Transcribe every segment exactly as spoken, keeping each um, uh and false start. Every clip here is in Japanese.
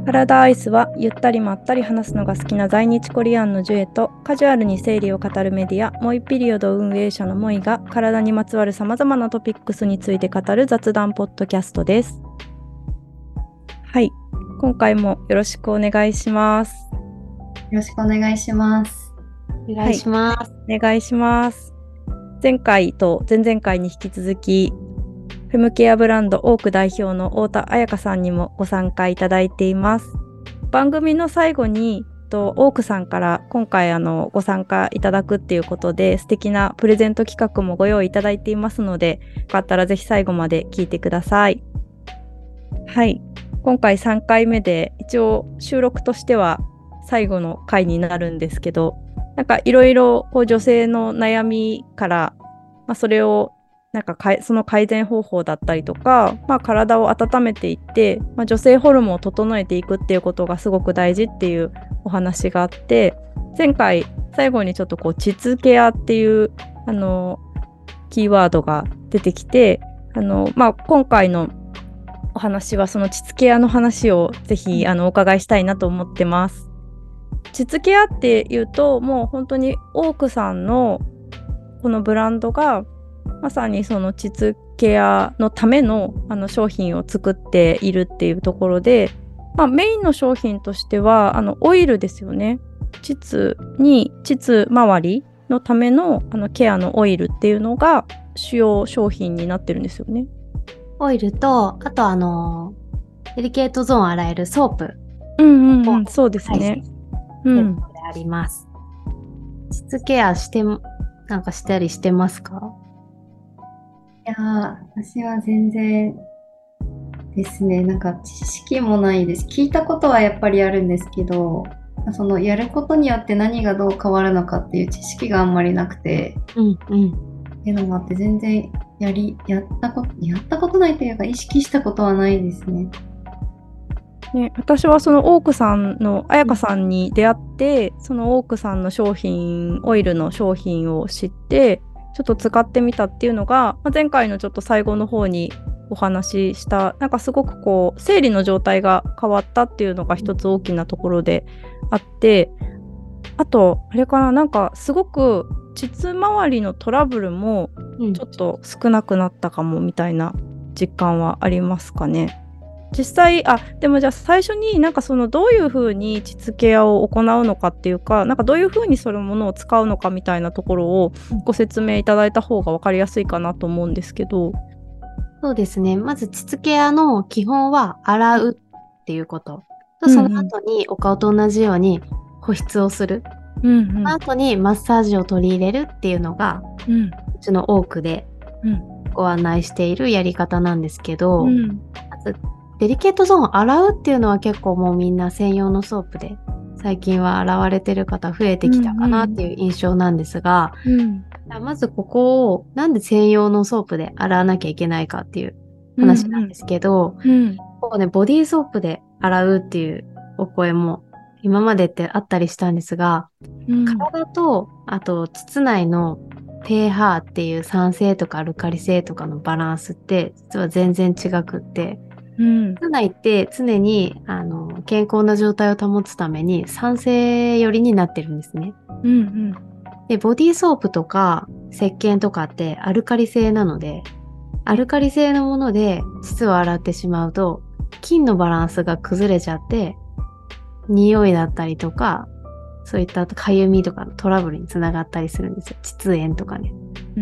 パラダアイスはゆったりまったり話すのが好きな在日コリアンのジュエとカジュアルに生理を語るメディアモイピリオド運営者のモイが体にまつわるさまざまなトピックスについて語る雑談ポッドキャストです。はい、今回もよろしくお願いします。 よろしくお願いします。 お願いします。 はい、お願いします。前回と前々回に引き続きフェムケアブランドオーク代表の太田彩香さんにもご参加いただいています。番組の最後にとオークさんから今回あのご参加いただくっていうことで素敵なプレゼント企画もご用意いただいていますので、よかったらぜひ最後まで聞いてください。はい、今回さんかいめで一応収録としては最後の回になるんですけど、なんかいろいろ女性の悩みから、まあ、それをなんかかいその改善方法だったりとか、まあ、体を温めていって、まあ、女性ホルモンを整えていくっていうことがすごく大事っていうお話があって、前回最後にちょっとこう膣ケアっていうあのキーワードが出てきて、あの、まあ、今回のお話はその膣ケアの話をぜひあのお伺いしたいなと思ってます。膣ケアっていうともう本当にオークさんのこのブランドがまさにその膣ケアのためのあの商品を作っているっていうところで、まあ、メインの商品としてはあのオイルですよね。膣に膣周りのためのあのケアのオイルっていうのが主要商品になってるんですよね。 オイルとあとあのデリケートゾーンを洗えるソープ。 うんうんうん、そうですね。 うん、であります。膣ケアしてなんかしたりしてますか？ いやー、私は全然ですね、なんか知識もないです。聞いたことはやっぱりあるんですけど、そのやることによって何がどう変わるのかっていう知識があんまりなくて、 うんうん。 っていうのがあって全然やりやったことやったことないというか意識したことはないですね。 ね、私はそのオークさんの彩香さんに出会って、そのオークさんの商品オイルの商品を知ってちょっと使ってみたっていうのが、まあ、前回のちょっと最後の方にお話ししたなんかすごくこう生理の状態が変わったっていうのが一つ大きなところであって、あとあれかな、なんかすごく膣周りのトラブルもちょっと少なくなったかもみたいな実感はありますかね。実際あでもじゃあ最初になんかそのどういう風に膣ケアを行うのかっていうか、なんかどういう風にそのものを使うのかみたいなところをご説明いただいた方が分かりやすいかなと思うんですけど。 そうですね。まず膣ケアの基本は洗うっていうこと、うん、その後にお顔と同じように保湿をする、うんうん、その後にマッサージを取り入れるっていうのが、うん、うちの多くでご案内しているやり方なんですけど、うん、まずデリケートゾーンを洗うっていうのは結構もうみんな専用のソープで最近は洗われてる方増えてきたかなっていう印象なんですが、うんうん、まずここをなんで専用のソープで洗わなきゃいけないかっていう話なんですけど、うんうん、ここね、ボディーソープで洗うっていうお声も今までってあったりしたんですが、うん、体とあと膣内のpH っていう酸性とかアルカリ性とかのバランスって実は全然違くって、うん、膣内って常にあの健康な状態を保つために酸性寄りになってるんですね。うんうん、でボディーソープとか石鹸とかってアルカリ性なので、アルカリ性のもので膣を洗ってしまうと菌のバランスが崩れちゃって匂いだったりとかそういったかゆみとかのトラブルにつながったりするんですよ。膣炎とかね。うん、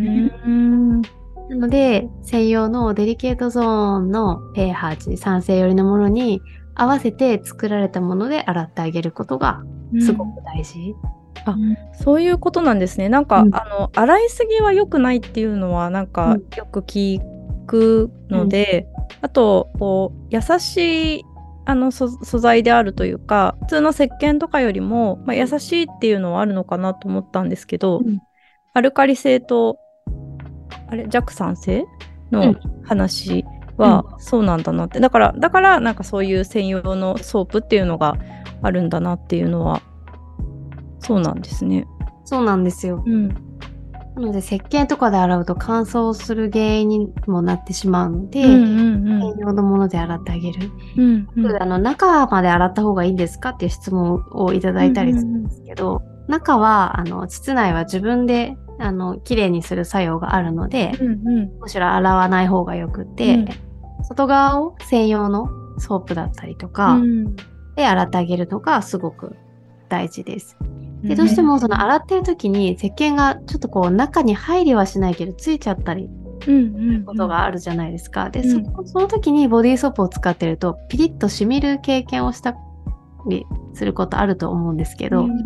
なので専用のデリケートゾーンの pH 酸性寄りのものに合わせて作られたもので洗ってあげることがすごく大事。 うん、あ、そういうことなんですね。なんか、うん、あの洗いすぎは良くないっていうのはなんかよく聞くので、うん、あとこう優しいあの 素, 素材であるというか普通の石鹸とかよりも、まあ、優しいっていうのはあるのかなと思ったんですけど、うん、アルカリ性とあれ弱酸性の話はそうなんだなって、だからだからなんかそういう専用のソープっていうのがあるんだなっていうのはそうなんですね。 そうなんですよ。うん、 なので石鹸とかで洗うと乾燥する原因にもなってしまうので、 うんうんうん、 専用のもので洗ってあげる。 うんうん、 あの中まで洗った方がいいんですかっていう質問をいただいたりするんですけど、うんうんうん、中はあの膣内は自分であのきれいにする作用があるので、うんうん、むしろ洗わない方がよくて、うん、外側を専用のソープだったりとか、うん、で洗ってあげるのがすごく大事です。でどうしてもその洗ってる時に石鹸がちょっとこう中に入りはしないけどついちゃったりすることがあるじゃないですか。で、うん、そ, その時にボディーソープを使ってるとピリッと染みる経験をしたりすることあると思うんですけど、うんうん、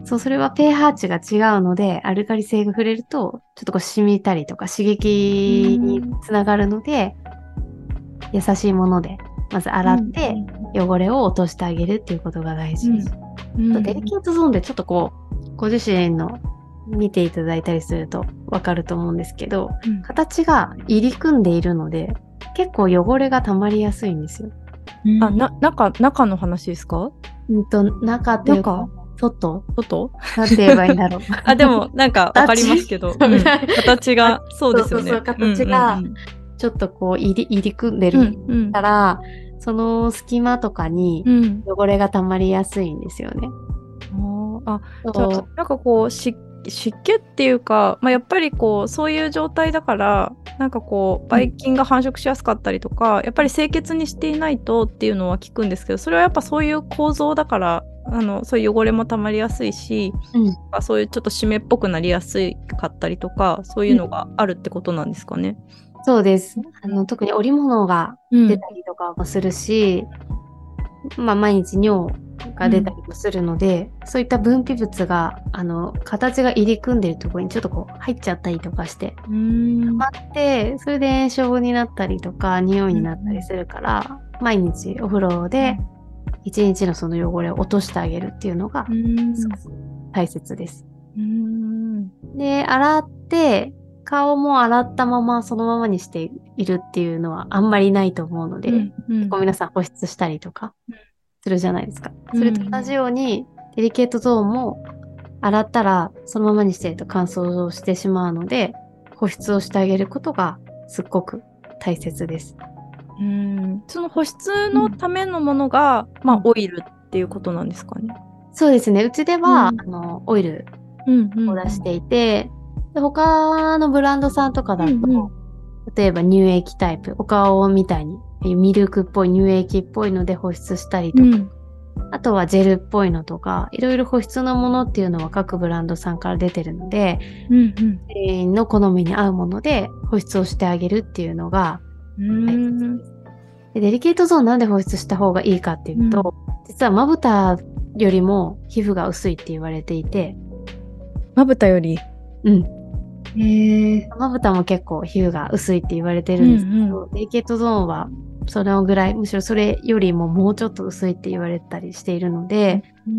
そうそれは pH 値が違うのでアルカリ性が触れるとちょっとこう染みたりとか刺激につながるので、うん、優しいものでまず洗って汚れを落としてあげるっていうことが大事です。うんうん、デリケートゾーンでちょっとこうご自身の見ていただいたりすると分かると思うんですけど、うん、形が入り組んでいるので結構汚れが溜まりやすいんですよ。 うん、あ、な、中、中の話ですか？ うんと、中っていうか、外外なんて言えばいいんだろう。 あ、でもなんか分かりますけど、うん、形が、そうですよね。 そうそうそう、形がちょっとこう入り、入り組んでるから、うんうん、その隙間とかに汚れが溜まりやすいんですよね。 うん、あ、じゃあなんかこう湿気っていうか、まあ、やっぱりこうそういう状態だからなんかこうばい菌が繁殖しやすかったりとか、うん、やっぱり清潔にしていないとっていうのは聞くんですけど、それはやっぱそういう構造だからあのそういう汚れも溜まりやすいし、うん、そういうちょっと湿っぽくなりやすかったりとかそういうのがあるってことなんですかね。 うん、そうです。あの特に織物が出たりとかもするし、うん、まあ、毎日尿が出たりもするので、うん、そういった分泌物があの形が入り組んでるところにちょっとこう入っちゃったりとかして溜まってそれで炎症になったりとか匂いになったりするから、うん、毎日お風呂で一日のその汚れを落としてあげるっていうのがすごく大切です。うん、で洗って顔も洗ったままそのままにしているっていうのはあんまりないと思うので、うんうん、結構皆さん保湿したりとかするじゃないですか。それと同じように、うん、デリケートゾーンも洗ったらそのままにしてると乾燥してしまうので保湿をしてあげることがすっごく大切です。 うん、その保湿のためのものが、うん、まあ、オイルっていうことなんですかね。 そうですね。うちでは、うん、あのオイルを出していて、うんうん、で他のブランドさんとかだと、うんうん、例えば乳液タイプ、お顔みたいにミルクっぽい乳液っぽいので保湿したりとか、うん、あとはジェルっぽいのとかいろいろ保湿のものっていうのは各ブランドさんから出てるので、うんうん、全員の好みに合うもので保湿をしてあげるっていうのが大切です。でデリケートゾーンなんで保湿した方がいいかっていうと、うん、実はまぶたよりも皮膚が薄いって言われていて。 まぶたより？ うん。へー。まぶたも結構皮膚が薄いって言われてるんですけど、うんうん、デリケートゾーンはそのぐらい、むしろそれよりももうちょっと薄いって言われたりしているので、うん、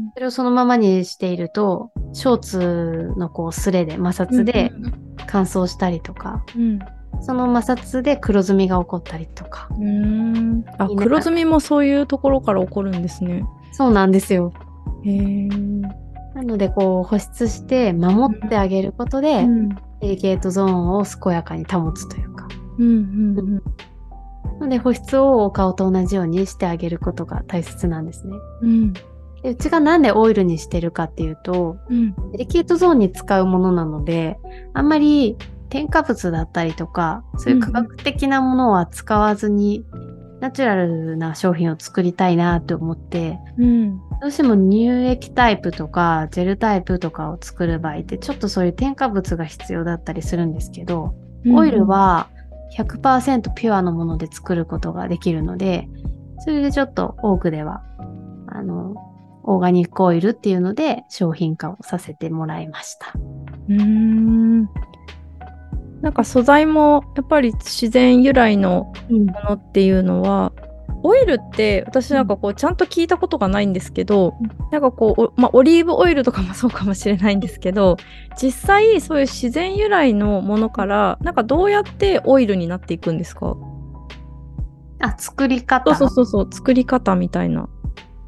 それをそのままにしているとショーツのこうスレで摩擦で乾燥したりとか、うん、その摩擦で黒ずみが起こったりとか。 うーん、あ、黒ずみもそういうところから起こるんですね。 そうなんですよ。 へー。 なのでこう保湿して守ってあげることで、うん、デリケートゾーンを健やかに保つというか、うんうんうん、なので保湿をお顔と同じようにしてあげることが大切なんですね。うん、でうちがなんでオイルにしてるかっていうと、うん、デリケートゾーンに使うものなのであんまり添加物だったりとかそういう科学的なものは使わずに、うん、ナチュラルな商品を作りたいなと思って、うん、どうしても乳液タイプとかジェルタイプとかを作る場合ってちょっとそういう添加物が必要だったりするんですけど、うん、オイルは ひゃくパーセント ピュアのもので作ることができるので、それでちょっと多くではあのオーガニックオイルっていうので商品化をさせてもらいました。 うーん、なんか素材もやっぱり自然由来のものっていうのは、うん、オイルって私なんかこうちゃんと聞いたことがないんですけど、うん、なんかこう、まあ、オリーブオイルとかもそうかもしれないんですけど、実際そういう自然由来のものからなんかどうやってオイルになっていくんですか？ あ、作り方。 そうそうそうそう、作り方みたいな。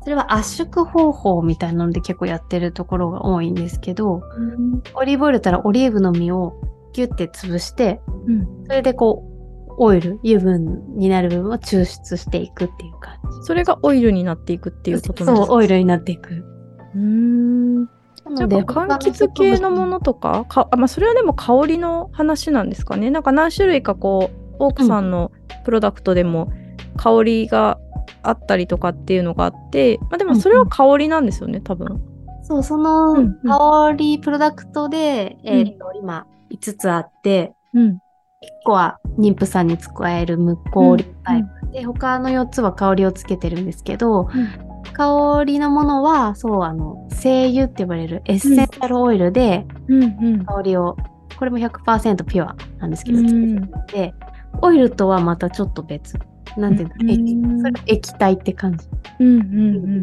それは圧縮方法みたいなので結構やってるところが多いんですけど、うん、オリーブオイルだったらオリーブの実をギュッて潰して、うん、それでこうオイル油分になる部分を抽出していくっていう感じ。 それがオイルになっていくっていうことなんですか？ そう、オイルになっていく。 うーん。じゃあ柑橘系のものとか、かあ、まあ、それはでも香りの話なんですかね。なんか何種類かこうオークさんのプロダクトでも香りがあったりとかっていうのがあって、まあ、でもそれは香りなんですよね、多分。 そう、その香りプロダクトで、うんうん、えーと、今いつつあって、うん、いっこは妊婦さんに使える無香料タイプ、うんうん、で他のよっつは香りをつけてるんですけど、うん、香りのものはそうあの精油って呼ばれるエッセンシャルオイルで香りを、うんうん、これも ひゃくパーセント ピュアなんですけど、うん、でオイルとはまたちょっと別なんていうの、うん、それ液体って感じ、うんうんうん、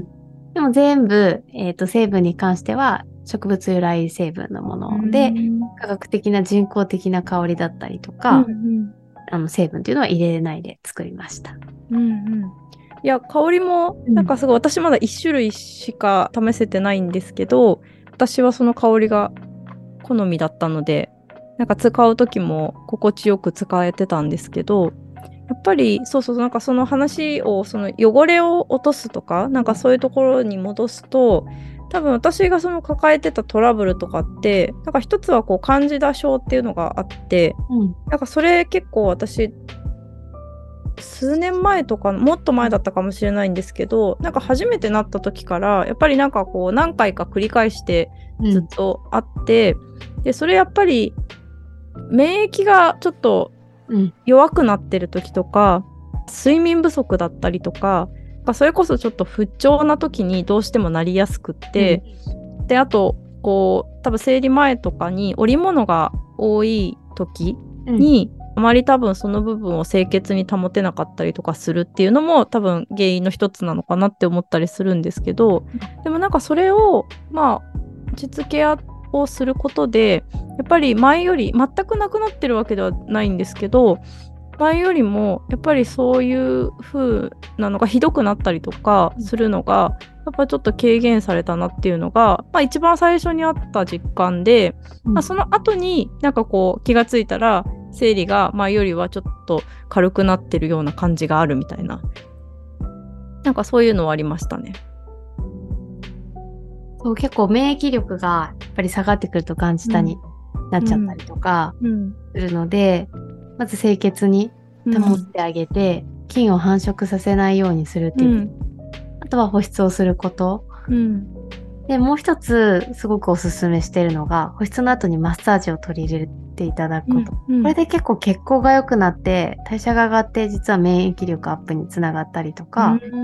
でも全部、えーと、成分に関しては植物由来成分のもので、うん、科学的な人工的な香りだったりとか、うんうん、あの成分っていうのは入れないで作りました。 うんうん、いや香りもなんかすごい、私まだいち種類しか試せてないんですけど、私はその香りが好みだったのでなんか使う時も心地よく使えてたんですけど、やっぱりそうそうなんかその話をその汚れを落とすとかなんかそういうところに戻すと、多分私がその抱えてたトラブルとかってなんか一つはこうカンジダ症っていうのがあって、うん、なんかそれ結構私数年前とかもっと前だったかもしれないんですけど、なんか初めてなった時からやっぱりなんかこう何回か繰り返してずっとあって、うん、でそれやっぱり免疫がちょっと弱くなってる時とか、うん、睡眠不足だったりとか、それこそちょっと不調な時にどうしてもなりやすくって、うん、であとこう多分生理前とかに織物が多い時に、うん、あまり多分その部分を清潔に保てなかったりとかするっていうのも多分原因の一つなのかなって思ったりするんですけど、でもなんかそれをまあ膣ケアをすることでやっぱり前より全くなくなってるわけではないんですけど、前よりもやっぱりそういう風なのがひどくなったりとかするのがやっぱちょっと軽減されたなっていうのが、まあ、一番最初にあった実感で、まあ、その後になんかこう気がついたら生理が前よりはちょっと軽くなってるような感じがあるみたいな、なんかそういうのはありましたね。 そう結構免疫力がやっぱり下がってくるとがん舌になっちゃったりとかするので、うんうん、まず清潔に保ってあげて、うん、菌を繁殖させないようにするっていう、うん、あとは保湿をすること、うん、でもう一つすごくおすすめしてるのが保湿の後にマッサージを取り入れていただくこと、うんうん、これで結構血行が良くなって代謝が上がって実は免疫力アップにつながったりとか、うん、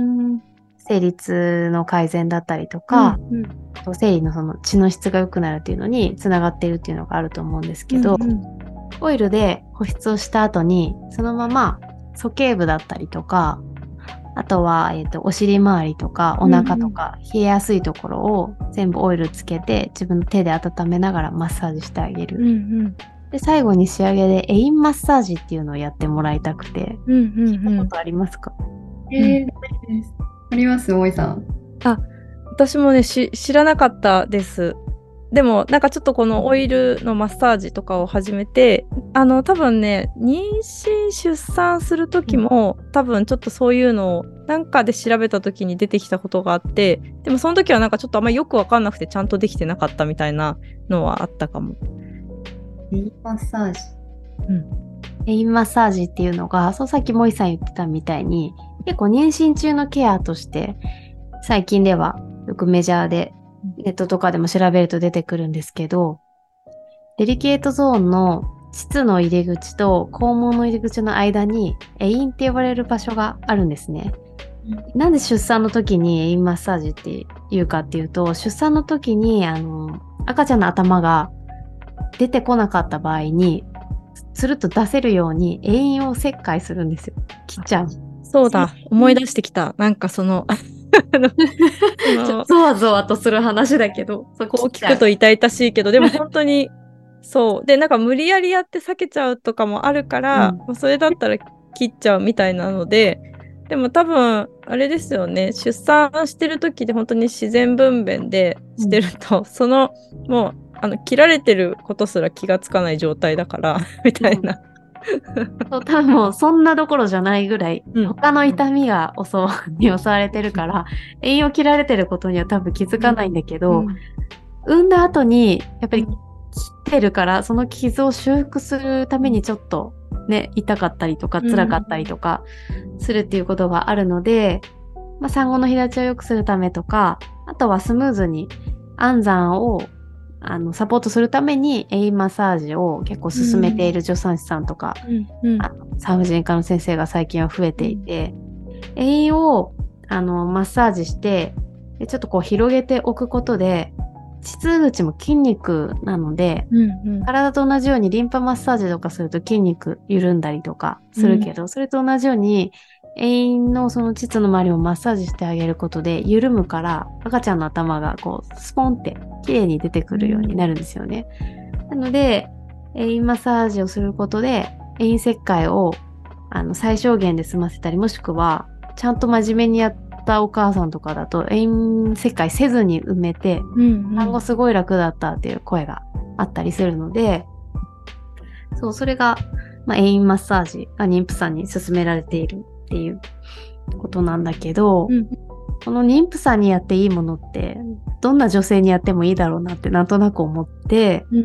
生理痛の改善だったりとか、うんうん、生理のその血の質が良くなるっていうのにつながっているっていうのがあると思うんですけど、うんうん、オイルで保湿をした後にそのまま鼠径部だったりとか、あとは、えーと、お尻周りとかお腹とか、うんうん、冷えやすいところを全部オイルつけて自分の手で温めながらマッサージしてあげる、うんうん、で最後に仕上げでエインマッサージっていうのをやってもらいたくて、うんうんうん、聞いたことありますか？ えー、うん、あります大井さん。 あ、私もねし知らなかったです。でもなんかちょっとこのオイルのマッサージとかを始めて、あの多分ね妊娠出産する時も多分ちょっとそういうのをなんかで調べた時に出てきたことがあって、でもその時はなんかちょっとあんまりよく分かんなくてちゃんとできてなかったみたいなのはあったかも。 エインマッサージ、 うん、エインマッサージっていうのがそうさっき萌さん言ってたみたいに結構妊娠中のケアとして最近ではよくメジャーでネットとかでも調べると出てくるんですけど、デリケートゾーンの膣の入り口と肛門の入り口の間にエインって呼ばれる場所があるんですね。うん、なんで出産の時にエインマッサージって言うかっていうと、出産の時にあの赤ちゃんの頭が出てこなかった場合につるっと出せるようにエインを切開するんですよ。切っちゃう。 そうだ、思い出してきた。なんかそのゾワゾワとする話だけど、 そこを聞くと痛々しいけど、でも本当にそうで、なんか無理やりやって避けちゃうとかもあるから、うん、それだったら切っちゃうみたいなので、 でも多分あれですよね、出産してる時で本当に自然分娩でしてると、うん、そのもうあの切られてることすら気がつかない状態だからみたいな、 うん、そう多分もうそんなどころじゃないぐらい、うん、他の痛みが襲わに襲われてるから、うん、栄養切られてることには多分気づかないんだけど、うん、産んだ後にやっぱり切ってるからその傷を修復するためにちょっとね、痛かったりとか辛かったりとかするっていうことがあるので、うん、まあ、産後の日立ちを良くするためとか、あとはスムーズに安産をあのサポートするために栄養マッサージを結構進めている助産師さんとか、うん、あの産婦人科の先生が最近は増えていて、うん、栄養をあのマッサージしてでちょっとこう広げておくことで、膣口も筋肉なので、うんうん、体と同じようにリンパマッサージとかすると筋肉緩んだりとかするけど、うん、それと同じように栄養のその膣の周りをマッサージしてあげることで緩むから赤ちゃんの頭がこうスポンって綺麗に出てくるようになるんですよね。なので栄養マッサージをすることで栄養切開をあの最小限で済ませたり、もしくはちゃんと真面目にやってお母さんとかだと栄養切開せずに埋めて、うんうん、産後すごい楽だったっていう声があったりするので、そうそれが、まあ、栄養マッサージが妊婦さんに勧められているっていうことなんだけど、うん、この妊婦さんにやっていいものってどんな女性にやってもいいだろうなってなんとなく思って、うんうん、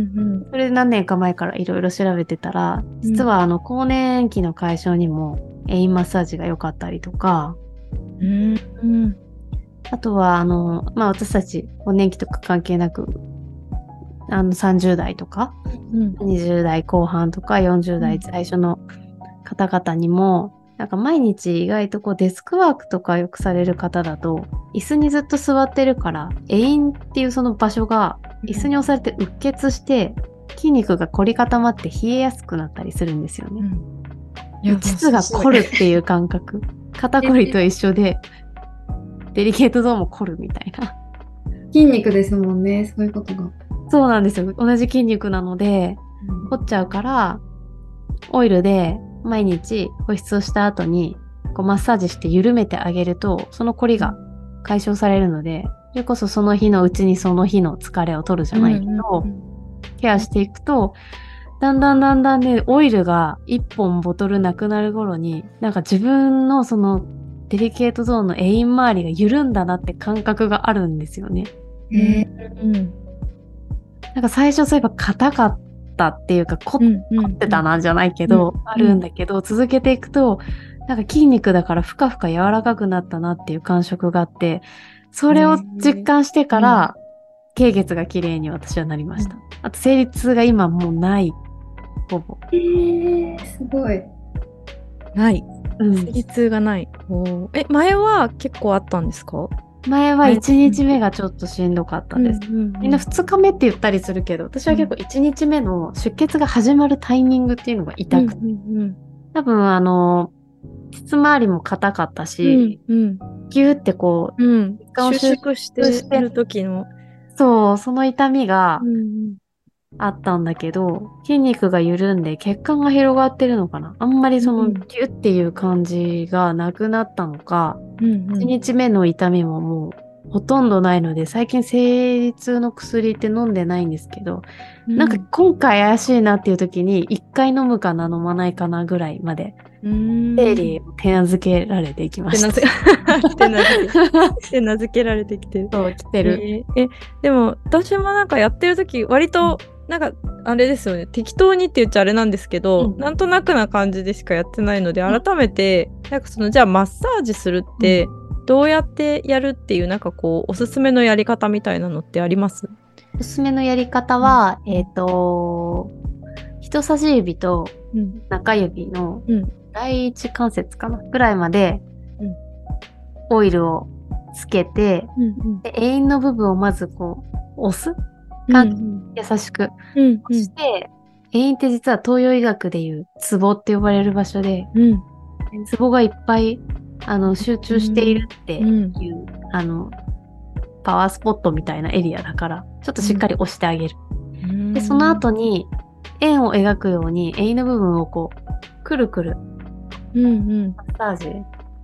それで何年か前からいろいろ調べてたら、実はあの更年期の解消にも栄養マッサージが良かったりとか、うんうん、あとはあの、まあ、私たち更年期とか関係なくあのさんじゅう代とか、うん、にじゅう代後半とかよんじゅう代最初の方々にも、うん、なんか毎日意外とこうデスクワークとかよくされる方だと椅子にずっと座ってるから栄養っていうその場所が椅子に押されてうっ血して筋肉が凝り固まって冷えやすくなったりするんですよね。うん、膣が凝るっていう感覚肩こりと一緒でデリケートゾーンも凝るみたいな。 筋肉ですもんね、そういうことが。 そうなんですよ。同じ筋肉なので、うん、凝っちゃうからオイルで毎日保湿をした後にこうマッサージして緩めてあげるとその凝りが解消されるので、それこそその日のうちにその日の疲れを取るじゃないけど、うんうんうん、ケアしていくとだんだんだんだんね、オイルがいっぽんボトルなくなる頃に、なんか自分のそのデリケートゾーンの栄養周りが緩んだなって感覚があるんですよね。へー、うん。なんか最初そういえば硬かったっていうか、こ、うんうんうん、凝ってたなんじゃないけど、うんうん、あるんだけど、続けていくと、なんか筋肉だからふかふか柔らかくなったなっていう感触があって、それを実感してから、経血がきれいに私はなりました。うん、あと生理痛が今もうない。ほぼ。 えー、すごい。 ない。うん、生理痛がない。おえ、前は結構あったんですか？ 前はいちにちめがちょっとしんどかったです。うんうんうん、みんなふつかめって言ったりするけど、私は結構いちにちめの出血が始まるタイミングっていうのが痛くて、うんうんうん、多分あの膣周りも硬かったし、うんうん、ギューってこう、うん、 収縮してる時のそうその痛みが、うんうんあったんだけど、筋肉が緩んで血管が広がってるのかな、あんまりそのギュッっていう感じがなくなったのか、うんうん、いちにちめの痛みももうほとんどないので、最近生理痛の薬って飲んでないんですけど、うん、なんか今回怪しいなっていう時にいっかい飲むかな飲まないかなぐらいまで生理を手なずけられていきました。 手なずけ手なずけられてきてる。 そう来てる。 えー、えでも私もなんかやってる時割と、うんなんかあれですよね、適当にって言っちゃあれなんですけど、うん、なんとなくな感じでしかやってないので、改めて、うん、なんかそのじゃあマッサージするってどうやってやるっていうなんかこうおすすめのやり方みたいなのってあります？ おすすめのやり方は、うん、えっと人差し指と中指の第一関節かなぐらいまでオイルをつけて、うんうん、で栄養の部分をまずこう押す。うんうん、優しく、うんうん、そして栄養って実は東洋医学でいうツボって呼ばれる場所で、うん、ツボがいっぱいあの集中しているっていう、うん、あのパワースポットみたいなエリアだからちょっとしっかり押してあげる、うん、でその後に円を描くように栄養の部分をこうくるくる、うんうん、マッサージ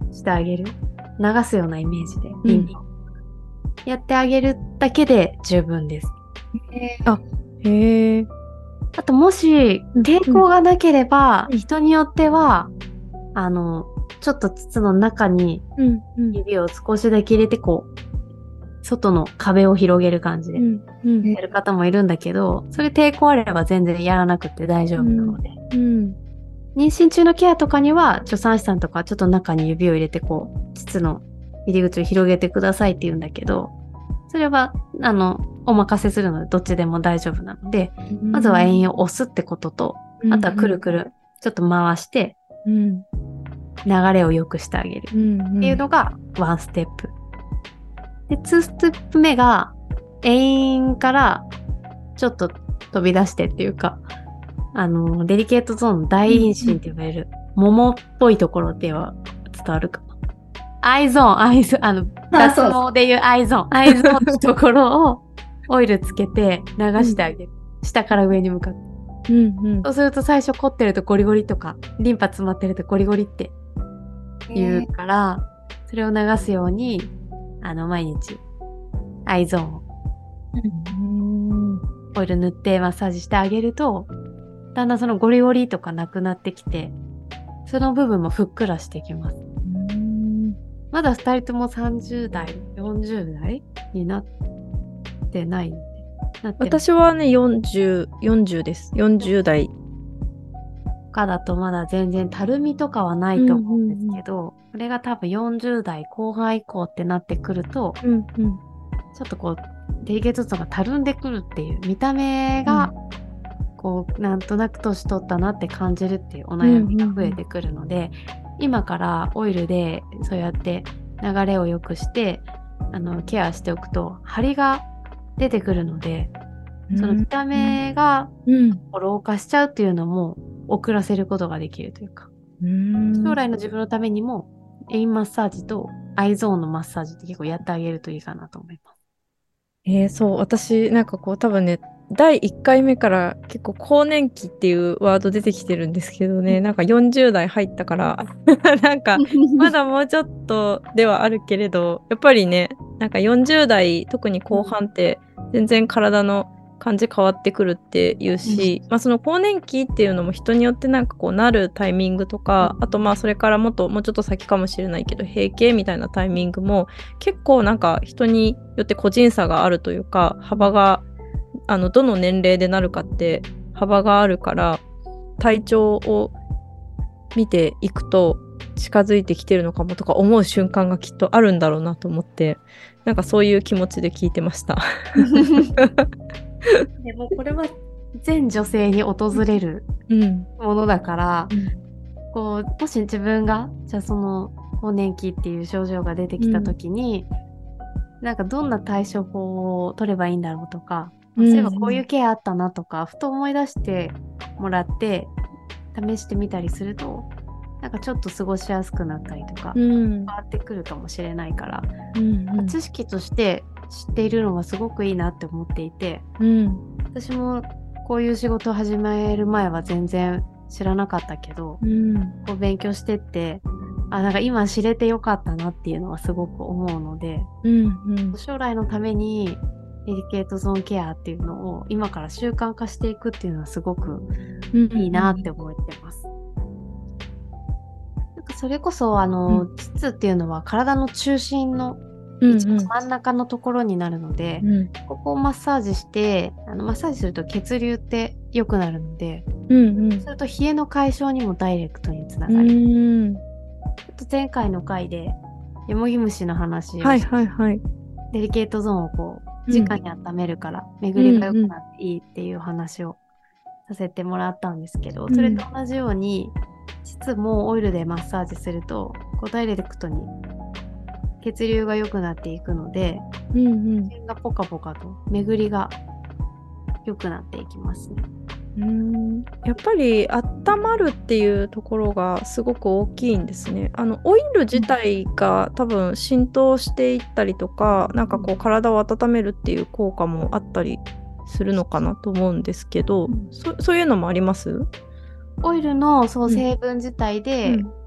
してあげる。流すようなイメージで、耳を、うん、やってあげるだけで十分です。 へー。あ、へえ。 あともし抵抗がなければ、うん、人によってはあのちょっと膣の中に指を少しだけ入れてこう外の壁を広げる感じでやる方もいるんだけど、それ抵抗あれば全然やらなくて大丈夫なので、うんうん、妊娠中のケアとかには助産師さんとかちょっと中に指を入れてこう膣の入り口を広げてくださいって言うんだけど、それはあのお任せするのでどっちでも大丈夫なので、うん、まずは円を押すってことと、あとはくるくるちょっと回して、うん、流れを良くしてあげるっていうのがワンステップで、ツーステップ目が円からちょっと飛び出してっていうか、あのデリケートゾーンの大陰唇って言われる、うんうん、桃っぽいところっては伝わるかな。アイゾーン、アイゾーン、あの脱毛でいうアイゾーン、アイゾーンのところをオイルつけて流してあげる、うん、下から上に向かって、うんうん、そうすると最初凝ってるとゴリゴリとかリンパ詰まってるとゴリゴリって言うから、それを流すようにあの毎日アイゾーンを、うん、オイル塗ってマッサージしてあげると、だんだんそのゴリゴリとかなくなってきて、その部分もふっくらしてきます。うん、まだふたりともさんじゅう代よんじゅう代になってないんで、なって私はねよんじゅう、よんじゅうです。よんじゅう代かだとまだ全然たるみとかはないと思うんですけど、うんうんうん、これが多分よんじゅう代後半以降ってなってくると、うんうん、ちょっとこうデリケートゾーンがたるんでくるっていう、見た目がこうなんとなく年取ったなって感じるっていうお悩みが増えてくるので、うんうんうん、今からオイルでそうやって流れを良くしてあのケアしておくと張りが出てくるので、その見た目が老化しちゃうっていうのも遅らせることができるというか、うーん、将来の自分のためにも円マッサージとアイゾーンのマッサージって結構やってあげるといいかなと思います。 えー、そう私なんかこう多分ねだいいっかいめから結構更年期っていうワード出てきてるんですけどね、なんかよんじゅう代入ったからなんかまだもうちょっとではあるけれど、やっぱりねなんかよんじゅう代特に後半って全然体の感じ変わってくるっていうし、うん、まあ、その更年期っていうのも人によってなんかこうなるタイミングとか、あとまあそれからもっともうちょっと先かもしれないけど閉経みたいなタイミングも結構なんか人によって個人差があるというか、幅があのどの年齢でなるかって幅があるから、体調を見ていくと近づいてきてるのかもとか思う瞬間がきっとあるんだろうなと思って、なんかそういう気持ちで聞いてましたでもこれは全女性に訪れるものだから、うん、こうもし自分がじゃあその更年期っていう症状が出てきた時に、うん、なんかどんな対処法を取ればいいんだろうとか、うん、そういえばこういうケアあったなとか、ふと思い出してもらって試してみたりすると、なんかちょっと過ごしやすくなったりとか、うん、変わってくるかもしれないから、うんうん、知識として知っているのはすごくいいなって思っていて、うん、私もこういう仕事を始める前は全然知らなかったけど、うん、こう勉強してってあなんか今知れてよかったなっていうのはすごく思うので、うんうん、将来のためにデリケートゾーンケアっていうのを今から習慣化していくっていうのはすごくいいなって思ってます、うんうん、なんかそれこそあの、うん、膣っていうのは体の中心の一番真ん中のところになるので、うんうん、ここをマッサージしてあのマッサージすると血流って良くなるので、うんうん、それと冷えの解消にもダイレクトにつながる、うん、ちょっと前回の回でよもぎ虫の話をして、はいはいはい、デリケートゾーンをこう直に温めるから、うん、巡りが良くなっていいっていう話をさせてもらったんですけど、うん、それと同じように膣もオイルでマッサージするとこうダイレクトに血流が良くなっていくので、うんうん、血がポカポカと巡りが良くなっていきますね。 うーん、やっぱり温まるっていうところがすごく大きいんですね。あのオイル自体が多分浸透していったりとか、なんかこう体を温めるっていう効果もあったりするのかなと思うんですけど、うん、そ, そういうのもあります？ オイルのそう成分自体で、うん、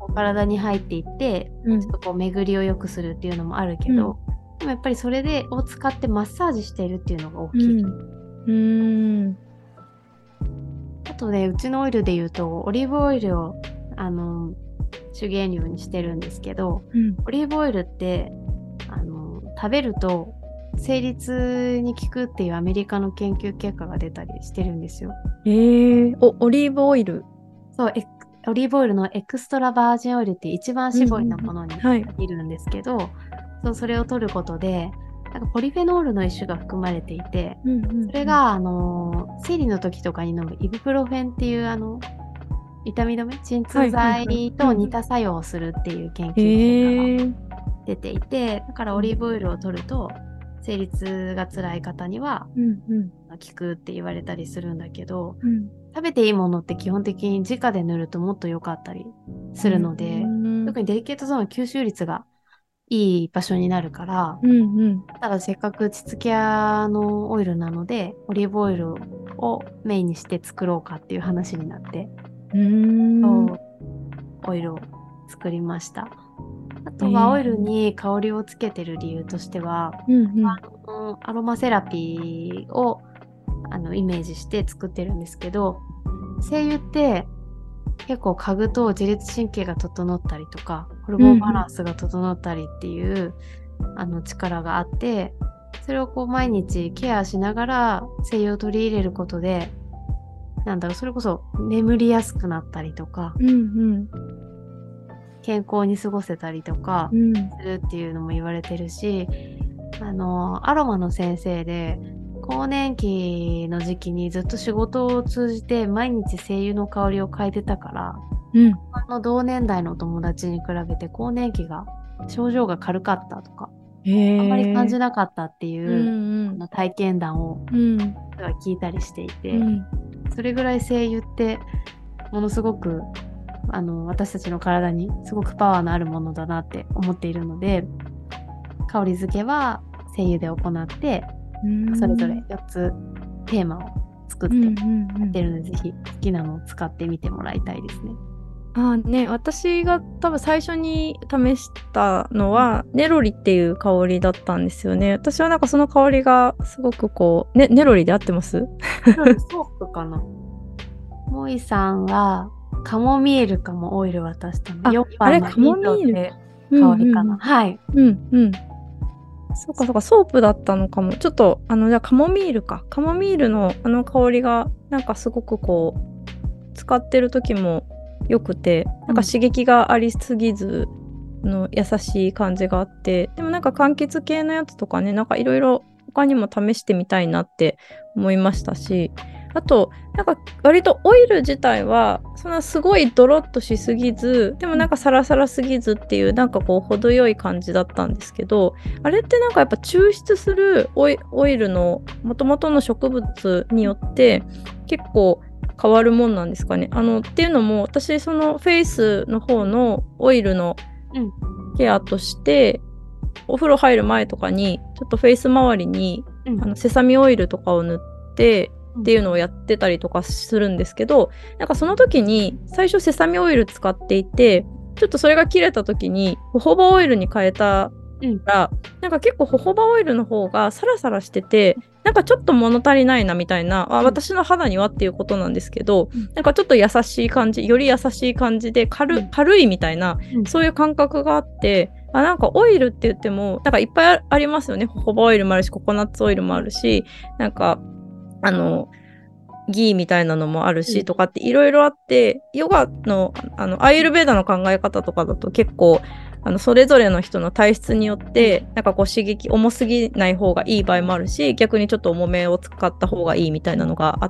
こう体に入っていって、 うんちょっとこう巡りを良くするっていうのもあるけど、でもやっぱりそれでを使ってマッサージしているっていうのが大きい。 うんうーんあとね、うちのオイルで言うとオリーブオイルをあの主原料にしてるんですけど、 うんオリーブオイルってあの食べると生理痛に効くっていうアメリカの研究結果が出たりしてるんですよ。 えー、おオリーブオイル。 そう、エオリーブオイルのエクストラバージンオイルって一番搾りのものにうんうんうんはいいるんですけど、そうそれを取ることでなんかポリフェノールの一種が含まれていて、 うんうんうんそれがあの生理の時とかに飲むイブプロフェンっていうあの痛み止め鎮痛はいはいはい剤と似た作用をするっていう研究へ結果ーが出ていて、だからオリーブオイルを取ると生理痛が辛い方にはうんうん効くって言われたりするんだけど、 うん食べていいものって基本的に直で塗るともっと良かったりするので、 うん特にデリケートゾーンの吸収率がいい場所になるから、 うんうんただせっかく膣ケアのオイルなのでオリーブオイルをメインにして作ろうかっていう話になって、 うーんそうオイルを作りました。あとはオイルに香りをつけてる理由としては、 うんうんあのアロマセラピーをあのイメージして作ってるんですけど、精油って結構嗅ぐと自律神経が整ったりとかホルモンバランスが整ったりっていう、あの力があって、それをこう毎日ケアしながら精油を取り入れることで、なんだろう、それこそ眠りやすくなったりとかうんうん健康に過ごせたりとかうんするっていうのも言われてるし、あのアロマの先生で更年期の時期にずっと仕事を通じて毎日精油の香りを嗅いでたから、 うんあの同年代の友達に比べて更年期が症状が軽かったとか、 へーあんまり感じなかったっていう、 うんあの体験談をうん聞いたりしていて、 うんそれぐらい精油ってものすごくあの私たちの体にすごくパワーのあるものだなって思っているので、香り付けは精油で行ってうんそれぞれよっつテーマを作ってうんやうんうんってるので、ぜひ好きなのを使ってみてもらいたいですね。 あーね、私が多分最初に試したのはネロリっていう香りだったんですよね。私はなんかその香りがすごくこう、ね、ネロリで合ってます？ ソープかな。モイさんはカモミールかもオイル渡したの。 あよっぱあれのカモミールミントって香りかな。はい。 うんうん。そうかそうか、ソープだったのかも。ちょっとあのじゃあカモミールか。カモミールのあの香りがなんかすごくこう使ってる時もよくて、なんか刺激がありすぎずの優しい感じがあって、でもなんか柑橘系のやつとかね、なんかいろいろ他にも試してみたいなって思いましたし、あとなんか割とオイル自体はそんなすごいドロッとしすぎず、でもなんかサラサラすぎずっていうなんかこう程よい感じだったんですけど、あれってなんかやっぱ抽出するオイ、オイルの元々の植物によって結構変わるもんなんですかね。あのっていうのも私そのフェイスの方のオイルのケアとして、お風呂入る前とかにちょっとフェイス周りに、 うんあのセサミオイルとかを塗ってっていうのをやってたりとかするんですけど、なんかその時に最初セサミオイル使っていて、ちょっとそれが切れた時にホホバオイルに変えたら、うん、なんか結構ホホバオイルの方がサラサラしてて、なんかちょっと物足りないなみたいな、あ、私の肌にはっていうことなんですけど、うん、なんかちょっと優しい感じ、より優しい感じで 軽,、うん、軽いみたいな、うん、そういう感覚があって、あ、なんかオイルって言ってもなんかいっぱいありますよね。ホホバオイルもあるし、ココナッツオイルもあるし、なんかあのギーみたいなのもあるし、うん、とかっていろいろあって、ヨガのあのアーユルヴェーダの考え方とかだと結構あのそれぞれの人の体質によってなんかこう刺激重すぎない方がいい場合もあるし、逆にちょっと重めを使った方がいいみたいなのがあって、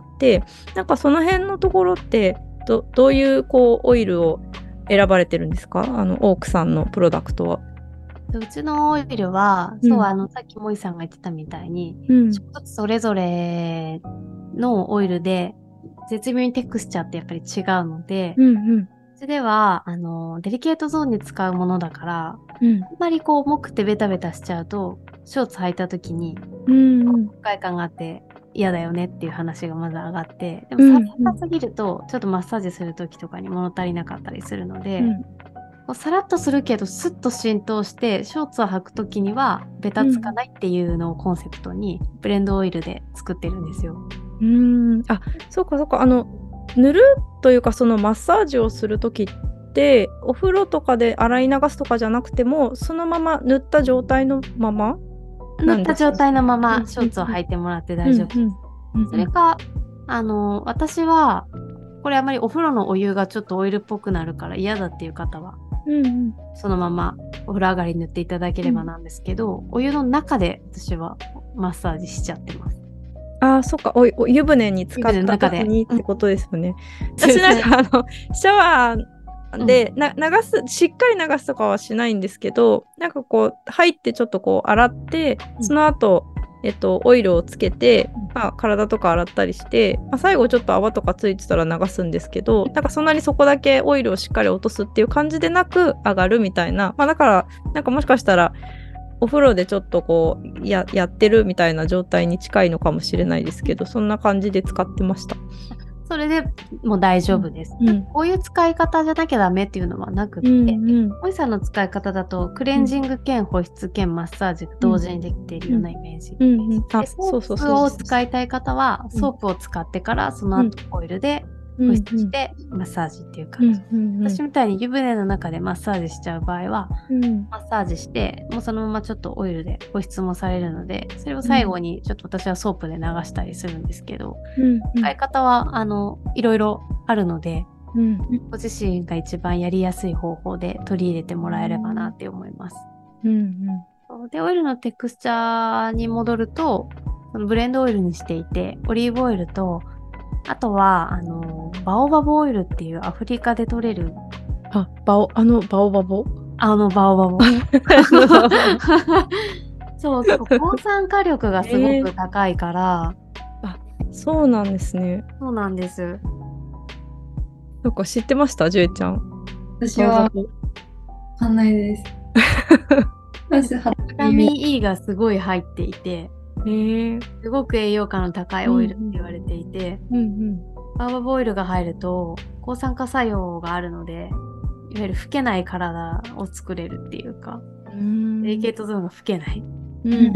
なんかその辺のところって ど, どういうこうオイルを選ばれてるんですか？あのオークさんのプロダクトは。 うちのオイルは、うん、そうあのさっきモイさんが言ってたみたいに、うん、それぞれのオイルで絶妙にテクスチャーってやっぱり違うので、 うんうん、 うちではあのデリケートゾーンに使うものだから、 うん、 あんまりこう重くてベタベタしちゃうとショーツ履いた時に不快感があって嫌だよねっていう話がまず上がって、でもサラサラすぎるとちょっとマッサージする時とかに物足りなかったりするので、 うん、 こうさらっとするけどスッと浸透してショーツを履くときにはベタつかないっていうのをコンセプトにブレンドオイルで作ってるんですよ。 うーん、あ、そうかそうか。あの塗るというかそのマッサージをするときってお風呂とかで洗い流すとかじゃなくてもそのまま塗った状態のまま塗った状態のままショーツを履いてもらって大丈夫です。 うんうん、 それかあの私はこれあまりお風呂のお湯がちょっとオイルっぽくなるから嫌だっていう方は、 うんうん、 そのままお風呂上がりに塗っていただければなんですけど、うん、お湯の中で私はマッサージしちゃってます。 ああ、そっか、おお湯船に使った時にってことですよね。うん、私なんかあのシャワーで、うん、な流すしっかり流すとかはしないんですけど、なんかこう入ってちょっとこう洗ってその後、えっと、オイルをつけて、まあ、体とか洗ったりして、まあ、最後ちょっと泡とかついてたら流すんですけど、なんかそんなにそこだけオイルをしっかり落とすっていう感じでなく上がるみたいな、まあ、だからなんかもしかしたらお風呂でちょっとこう や, やってるみたいな状態に近いのかもしれないですけど、そんな感じで使ってました。 それでもう大丈夫です、うん、こういう使い方じゃなきゃダメっていうのはなくって、うんうん、おいさんの使い方だとクレンジング兼保湿兼マッサージが同時にできているようなイメージ、うんうんうん、ソープを使いたい方はソープを使ってからその後オイルで保湿してマッサージっていう感じ、うんうんうん、私みたいに湯船の中でマッサージしちゃう場合は、うん、マッサージしてもうそのままちょっとオイルで保湿もされるので、それを最後にちょっと私はソープで流したりするんですけど、うんうん、使い方はあのいろいろあるので、うん、ご自身が一番やりやすい方法で取り入れてもらえればなって思います、うんうん、でオイルのテクスチャーに戻るとそのブレンドオイルにしていてオリーブオイルとあとはあのバオバボオイルっていうアフリカで取れるあバオあのバオバボあのバオバボそう抗酸化力がすごく高いから、 えー、あそうなんですね。 そうなんです。 なんか知ってましたジュエちゃん。 私はわかんないです。 ビタミン E がすごい入っていて、えー、すごく栄養価の高いオイルって言われていて、うんうん、バーバブオイルが入ると抗酸化作用があるので、いわゆる老けない体を作れるっていうか、デリケートゾーンが老けない、うんうんうん、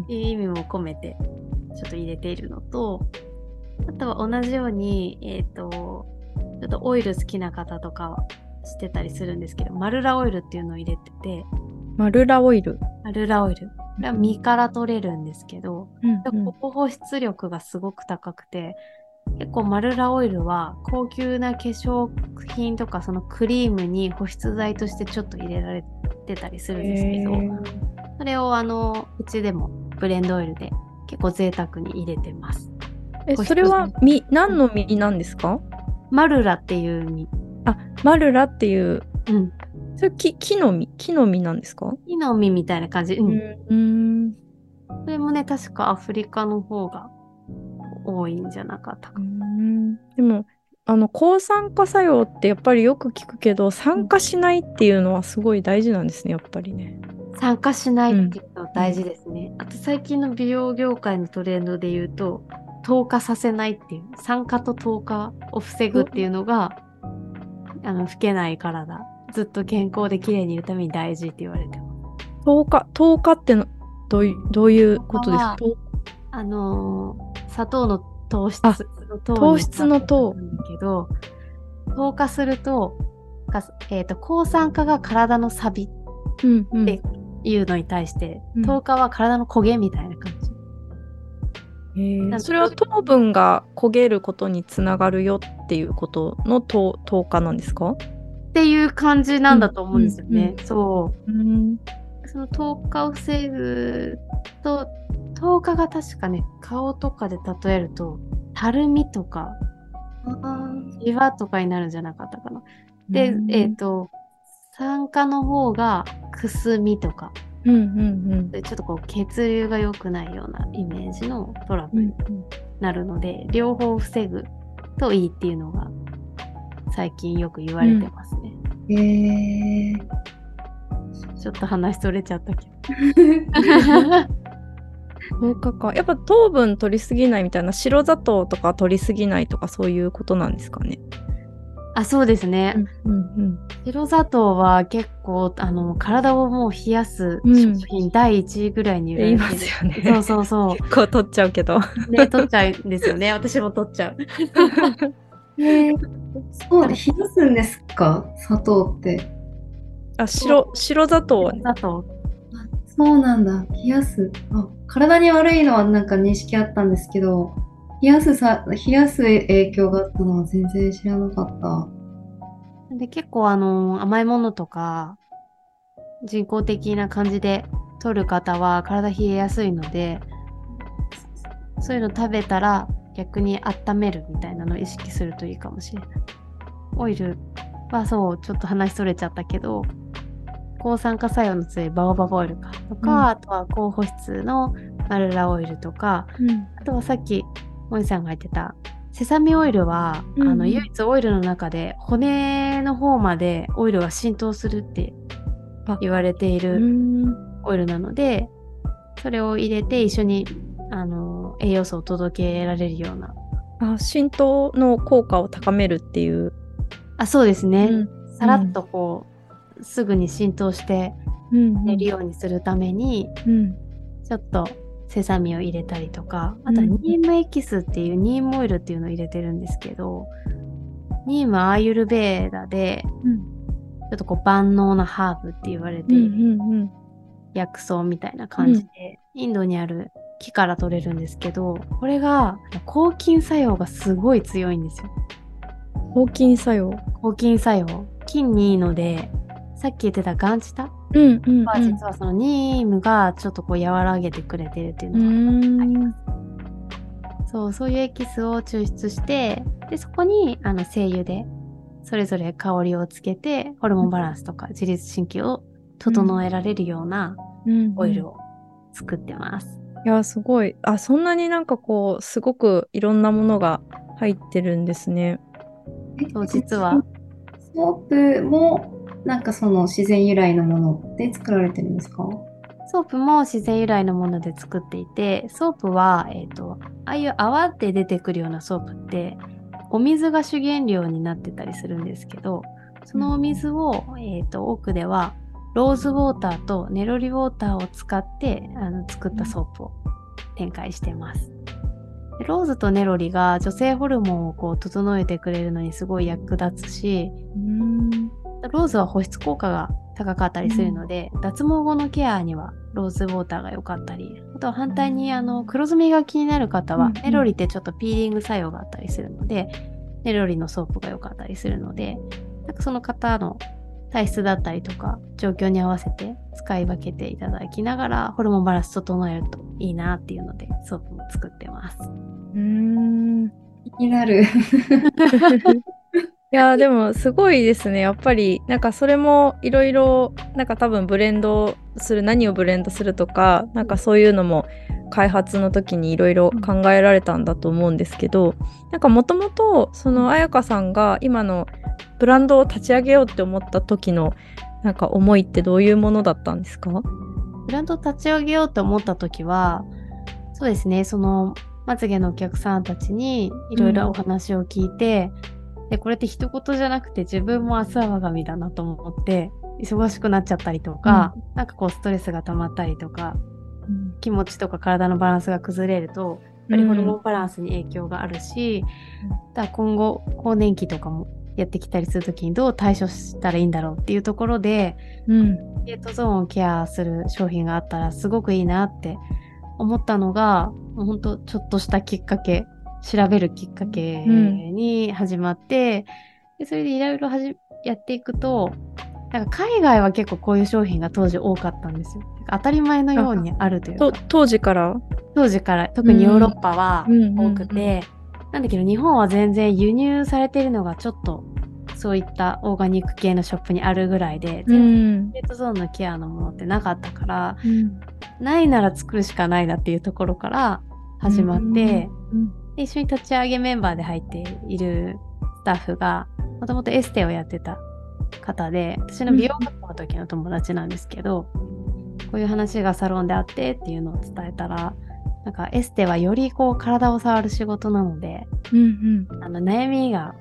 っていう意味も込めてちょっと入れているのと、あとは同じように、えーと、ちょっとオイル好きな方とかしてたりするんですけど、マルラオイルっていうのを入れてて、 マルラオイルマルラオイル。これは身から取れるんですけど、うんうん、ここ保湿力がすごく高くて、結構マルラオイルは高級な化粧品とかそのクリームに保湿剤としてちょっと入れられてたりするんですけど、それをあのうちでもブレンドオイルで結構贅沢に入れてます。 え、それは実何の実なんですか？ マルラっていう実。 あ、マルラっていう。うん。それ木、木の実木の実なんですか？ 木の実みたいな感じ。うん。うん。それもね、確かアフリカの方が多いんじゃなかったか。うん。 でも、あの、抗酸化作用ってやっぱりよく聞くけど、酸化しないっていうのはすごい大事なんですね、やっぱりね。 酸化しないっていうのは大事ですね。うん、あと最近の美容業界のトレンドで言うと、糖化させないっていう、酸化と糖化を防ぐっていうのが、あの、老けない体。ずっと健康で綺麗にいるために大事って言われてます。 糖化、糖化ってのどういう、どういうことですか？ あのー、砂糖の糖質の糖糖質の糖なんだけど、糖化すると、えーと、抗酸化が体のサビっていうのに対して、うんうん、糖化は体の焦げみたいな感じ。 へー、それは糖分が焦げることにつながるよっていうことの糖、糖化なんですか？ っていう感じなんだと思うんですよね。うんうんうん、そう、うん。その糖化を防ぐと、糖化が確かね、顔とかで例えると、たるみとか、シワとかになるんじゃなかったかな。で、うん、えっと、酸化の方がくすみとか、うんうんうん、でちょっとこう血流が良くないようなイメージのトラブルになるので、うんうん、両方防ぐといいっていうのが最近よく言われてますね。うん、へー。ちょっと話それちゃったけど。 糖化か。やっぱ糖分取りすぎないみたいな、白砂糖とか取りすぎないとかそういうことなんですかね。 あ、そうですね。 うんうん白砂糖は結構あの体をもう冷やすうん食品だいいちいぐらいに売られてる。 言いますよね。 そうそうそう。 結構取っちゃうけど。 ね、取っちゃうんですよね。私も取っちゃう。 えー、そうで、冷やすんですか、砂糖って。 あ、白、白砂糖はね。 砂糖。 あ、そうなんだ。冷やす。あ、体に悪いのはなんか認識あったんですけど、冷やすさ、冷やす影響があったのは全然知らなかった。 で、結構あの甘いものとか人工的な感じで取る方は体冷えやすいので、そういうの食べたら逆に温めるみたいなのを意識するといいかもしれない。オイルはそう、ちょっと話それちゃったけど、抗酸化作用の強いバオバブオイルかとか、うん、あとは高保湿のマルラオイルとか、うん、あとはさっきモイさんが言ってたセサミオイルは、うん、あの唯一オイルの中で骨の方までオイルが浸透するって言われているオイルなので、それを入れて一緒にあの栄養素を届けられるような。 あ、浸透の効果を高めるっていう。 あ、そうですね。うん、さらっとこう、うん、すぐに浸透して寝るようにするために、うん、ちょっとセサミを入れたりとか、あとはニームエキスっていう、ニームオイルっていうのを入れてるんですけど、ニームはアーユルベーダで、うん、ちょっとこう万能なハーブって言われている、うんうんうん、薬草みたいな感じで、うん、インドにある木から取れるんですけど、これが抗菌作用がすごい強いんですよ。 抗菌作用抗菌作用。菌にいいので、さっき言ってたガンチタは、 うんうんうん、 実はそのニームがちょっとこう和らげてくれてるっていうのがあります。そう、そういうエキスを抽出して、でそこにあの精油でそれぞれ香りをつけて、ホルモンバランスとか自律神経を整えられるようなオイルを作ってます。うんうんうん、 いや、すごい。あ、そんなになんかこうすごくいろんなものが入ってるんですね。 そう、実はソープもなんかその自然由来のもので作られてるんですか？ ソープも自然由来のもので作っていて、ソープは、えっと、ああいう泡で出てくるようなソープってお水が主原料になってたりするんですけど、そのお水を、うん、えっと、多くではローズウォーターとネロリウォーターを使ってあの作ったソープを展開してます。ローズとネロリが女性ホルモンをこう整えてくれるのにすごい役立つし、うーん、ローズは保湿効果が高かったりするので、うん、脱毛後のケアにはローズウォーターが良かったり、あとは反対にあの黒ずみが気になる方は、うん、ネロリってちょっとピーリング作用があったりするので、ネロリのソープが良かったりするので、なんかその方の体質だったりとか状況に合わせて使い分けていただきながらホルモンバランス整えるといいなっていうのでソープも作ってます。 うーん、 気になる。 いやでもすごいですね。やっぱりなんかそれもいろいろなんか多分ブレンドする、何をブレンドするとか、なんかそういうのも開発の時にいろいろ考えられたんだと思うんですけど、なんかもともとその彩香さんが今のブランドを立ち上げようって思った時のなんか思いってどういうものだったんですか？ ブランドを立ち上げようと思った時は、そうですね、そのまつげのお客さんたちにいろいろお話を聞いて、うん、でこれって一言じゃなくて自分も明日は我が身だなと思って忙しくなっちゃったりとか、うん、なんかこうストレスが溜まったりとか、うん、気持ちとか体のバランスが崩れるとやっぱりホルモンバランスに影響があるし、うん、だから今後更年期とかもやってきたりするときにどう対処したらいいんだろうっていうところで、うん、デートゾーンをケアする商品があったらすごくいいなって思ったのが、もうほんとちょっとしたきっかけ、調べるきっかけに始まって、うん、でそれでいろいろやっていくと、なんか海外は結構こういう商品が当時多かったんですよ。当たり前のようにあるというか。 当時から当時から特にヨーロッパは多くて、うんうんうんうん、なんだけど日本は全然輸入されているのがちょっとそういったオーガニック系のショップにあるぐらいで、全然デートゾーンのケアのものってなかったから、うん、ないなら作るしかないなっていうところから始まって、うんうん、で一緒に立ち上げメンバーで入っているスタッフがもともとエステをやってた方で、私の美容学校の時の友達なんですけど、うん、こういう話がサロンであってっていうのを伝えたら、なんかエステはよりこう体を触る仕事なので、うんうん、あの悩みが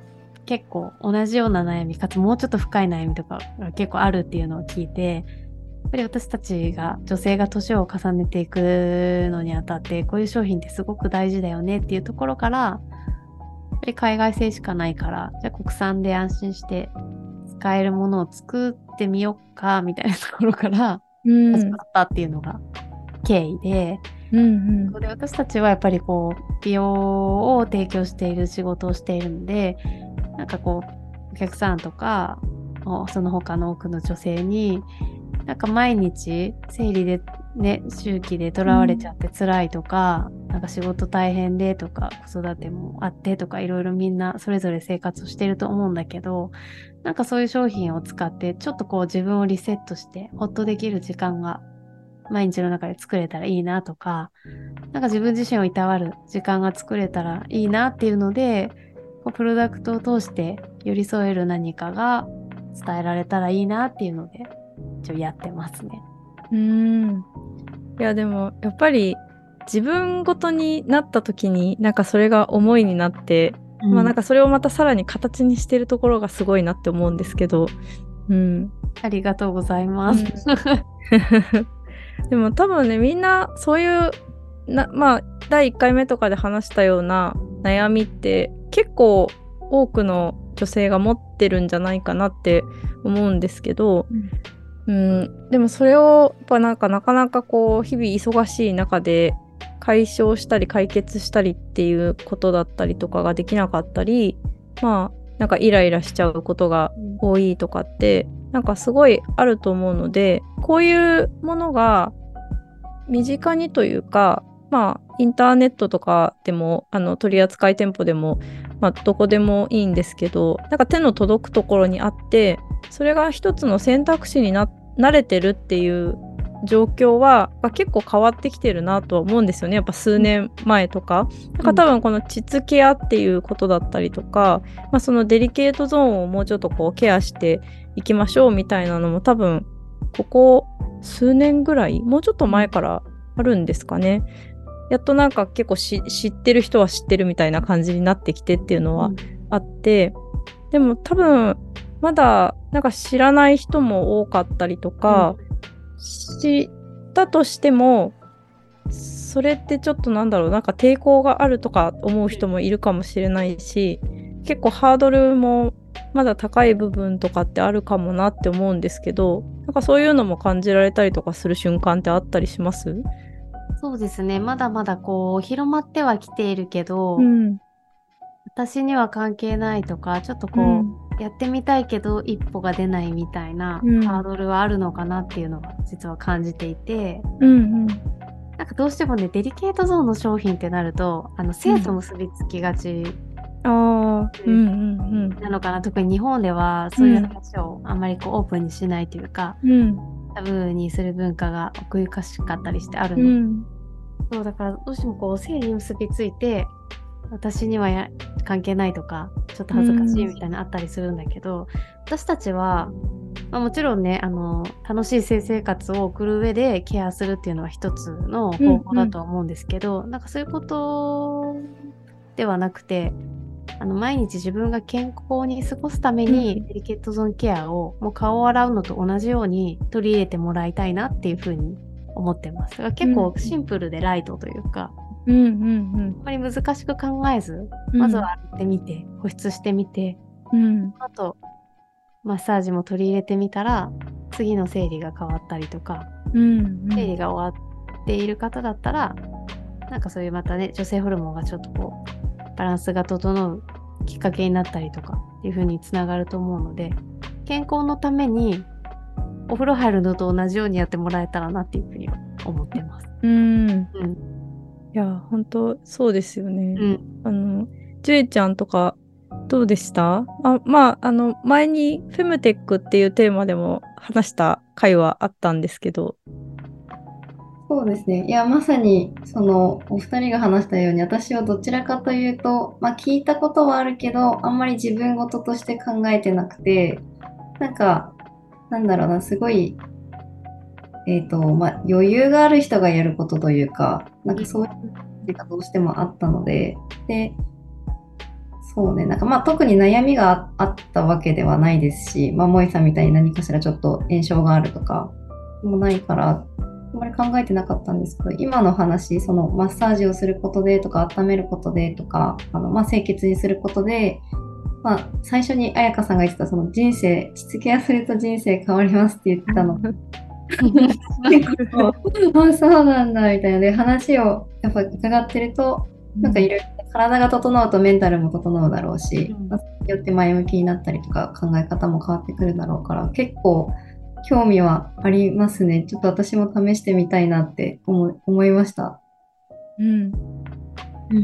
結構同じような悩みかつもうちょっと深い悩みとかが結構あるっていうのを聞いて、やっぱり私たちが女性が年を重ねていくのにあたってこういう商品ってすごく大事だよねっていうところから、やっぱり海外製しかないからじゃあ国産で安心して使えるものを作ってみようかみたいなところから始まったっていうのが経緯で、うんうん、で私たちはやっぱりこう美容を提供している仕事をしているので、なんかこうお客さんとかその他の多くの女性になんか毎日生理でね周期でとらわれちゃって辛いとか、うん、なんか仕事大変でとか子育てもあってとかいろいろみんなそれぞれ生活をしてると思うんだけど、なんかそういう商品を使ってちょっとこう自分をリセットしてホッとできる時間が毎日の中で作れたらいいなとか、なんか自分自身をいたわる時間が作れたらいいなっていうので、こうプロダクトを通して寄り添える何かが伝えられたらいいなっていうので一応やってますね。 うーん。いやでもやっぱり自分ごとになった時になんかそれが思いになって、うん、まあなんかそれをまたさらに形にしてるところがすごいなって思うんですけど、うん。 ありがとうございます。 うんでも多分ねみんなそういうなまあだいいっかいめとかで話したような悩みって結構多くの女性が持ってるんじゃないかなって思うんですけど、うん、うんでもそれをやっぱなんかなかなかこう日々忙しい中で解消したり解決したりっていうことだったりとかができなかったり、まあなんかイライラしちゃうことが多いとかってなんかすごいあると思うので、こういうものが身近にというか、まあインターネットとかでもあの取扱店舗でも、まあ、どこでもいいんですけど、なんか手の届くところにあってそれが一つの選択肢にな慣れてるっていう状況は結構変わってきてるなとは思うんですよね。やっぱ数年前とか、うん、なんか多分この膣ケアっていうことだったりとか、まあ、そのデリケートゾーンをもうちょっとこうケアしていきましょうみたいなのも多分ここ数年ぐらいもうちょっと前からあるんですかね。やっとなんか結構し知ってる人は知ってるみたいな感じになってきてっていうのはあって、うん、でも多分まだなんか知らない人も多かったりとか、うん、知ったとしてもそれってちょっとなんだろうなんか抵抗があるとか思う人もいるかもしれないし、結構ハードルもまだ高い部分とかってあるかもなって思うんですけど、なんかそういうのも感じられたりとかする瞬間ってあったりします？ そうですね、まだまだこう広まってはきているけど、 うん、 私には関係ないとかちょっとこう、うん、やってみたいけど一歩が出ないみたいなハードルはあるのかなっていうのが実は感じていて、 うんうん、 なんかどうしてもねデリケートゾーンの商品ってなるとあの性と結びつきがち、 うん、あうんうんうん、 なのかな。特に日本ではそういう話をあんまりこうオープンにしないというか、うん、タブーにする文化が奥ゆかしかったりしてあるの、うん、そうだからどうしてもこう性に結びついて私にはや関係ないとかちょっと恥ずかしいみたいなあったりするんだけど、うん、私たちは、まあ、もちろんねあの楽しい性生活を送る上でケアするっていうのは一つの方法だとは思うんですけど、うんうん、なんかそういうことではなくてあの毎日自分が健康に過ごすためにデリケートゾーンケアをもう顔を洗うのと同じように取り入れてもらいたいなっていうふうに思ってます。だから結構シンプルでライトというか、うんうんうん、あまり難しく考えず、うん、まずは洗ってみて保湿してみて、うん、あとマッサージも取り入れてみたら次の生理が変わったりとか、うんうん、生理が終わっている方だったらなんかそういうまたね女性ホルモンがちょっとこうバランスが整うきっかけになったりとかっていう風につながると思うので、健康のためにお風呂入るのと同じようにやってもらえたらなっていう風に思ってます。 うん、うん、いや本当そうですよね。うん、あのジュエちゃんとかどうでした？あまああの前にフェムテックっていうテーマでも話した回はあったんですけど。 そうですね。いや、まさに、その、お二人が話したように、私はどちらかというと、まあ、聞いたことはあるけど、あんまり自分事として考えてなくて、なんか、なんだろうな、すごい、えっと、まあ、余裕がある人がやることというか、なんかそういうのがどうしてもあったので、で、 そうね、なんかまあ特に悩みがあったわけではないですし、まあ、萌さんみたいに何かしらちょっと炎症があるとかもないから、あんまり考えてなかったんですけど、今の話、そのマッサージをすることでとか、温めることでとか、あのまあ清潔にすることで、まあ、最初に彩香さんが言ってた、その人生、しつけやすると人生変わりますって言ってたの。結構、あ、そうなんだみたいなで、話をやっぱ伺ってると、なんかいろいろ体が整うとメンタルも整うだろうし、 うんまあ、それによって前向きになったりとか考え方も変わってくるだろうから、結構興味はありますね。ちょっと私も試してみたいなって思思いました。 うん。 うんうん。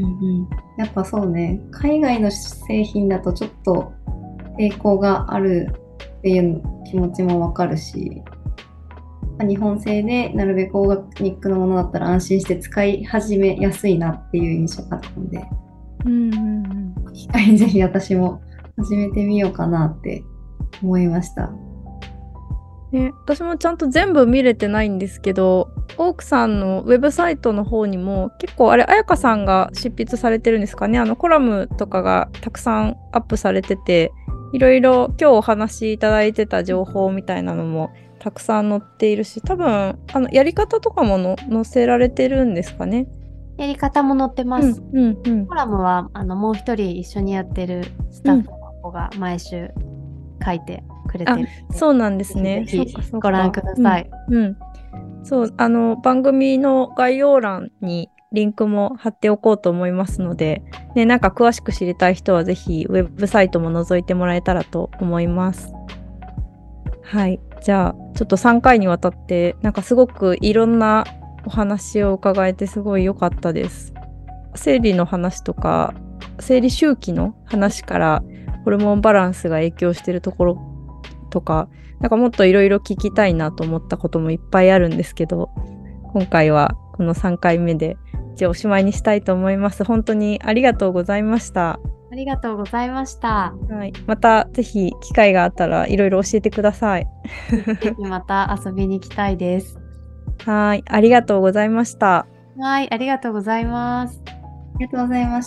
やっぱそうね、海外の製品だとちょっと抵抗があるっていう気持ちもわかるし、日本製でなるべくオーガニックのものだったら安心して使い始めやすいなっていう印象があったので、 うんうんうん。 機会にぜひ私も始めてみようかなって思いました。 ね、私もちゃんと全部見れてないんですけど、オークさんのウェブサイトの方にも結構あれ彩香さんが執筆されてるんですかね。あのコラムとかがたくさんアップされてて、いろいろ今日お話しいただいてた情報みたいなのもたくさん載っているし、多分あのやり方とかもの載せられてるんですかね。 やり方も載ってます。 うんうんうん、 コラムはあのもう一人一緒にやってるスタッフの子が毎週書いてくれてる、 うん、そうなんですね。 ぜひご覧ください。 うん、うん、そうあの番組の概要欄にリンクも貼っておこうと思いますので、ね、なんか詳しく知りたい人はぜひウェブサイトも覗いてもらえたらと思います。はい、じゃあちょっとさんかいにわたってなんかすごくいろんなお話を伺えてすごい良かったです。生理の話とか生理周期の話からホルモンバランスが影響しているところとか、なんかもっといろいろ聞きたいなと思ったこともいっぱいあるんですけど、今回はこのさんかいめでじゃあおしまいにしたいと思います。本当にありがとうございました。 ありがとうございました。 はい、またぜひ機会があったらいろいろ教えてください。 ぜひまた遊びに行きたいです。 はい、ありがとうございました。 はい、ありがとうございます。 ありがとうございました。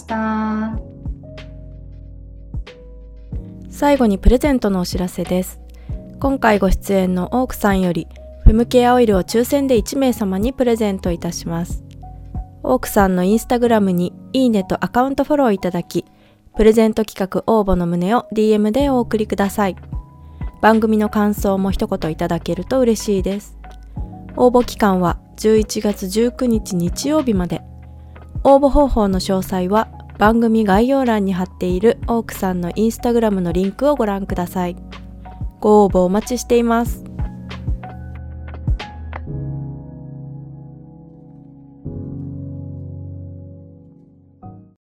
最後にプレゼントのお知らせです。今回ご出演のオークさんよりフェムケアオイルを抽選でいちめいさまにプレゼントいたします。オークさんのインスタグラムにいいねとアカウントフォローいただき、プレゼント企画応募の旨を ディーエム でお送りください。番組の感想も一言いただけると嬉しいです。応募期間はじゅういちがつじゅうくにち日曜日まで。応募方法の詳細は番組概要欄に貼っているオークさんのインスタグラムのリンクをご覧ください。ご応募お待ちしています。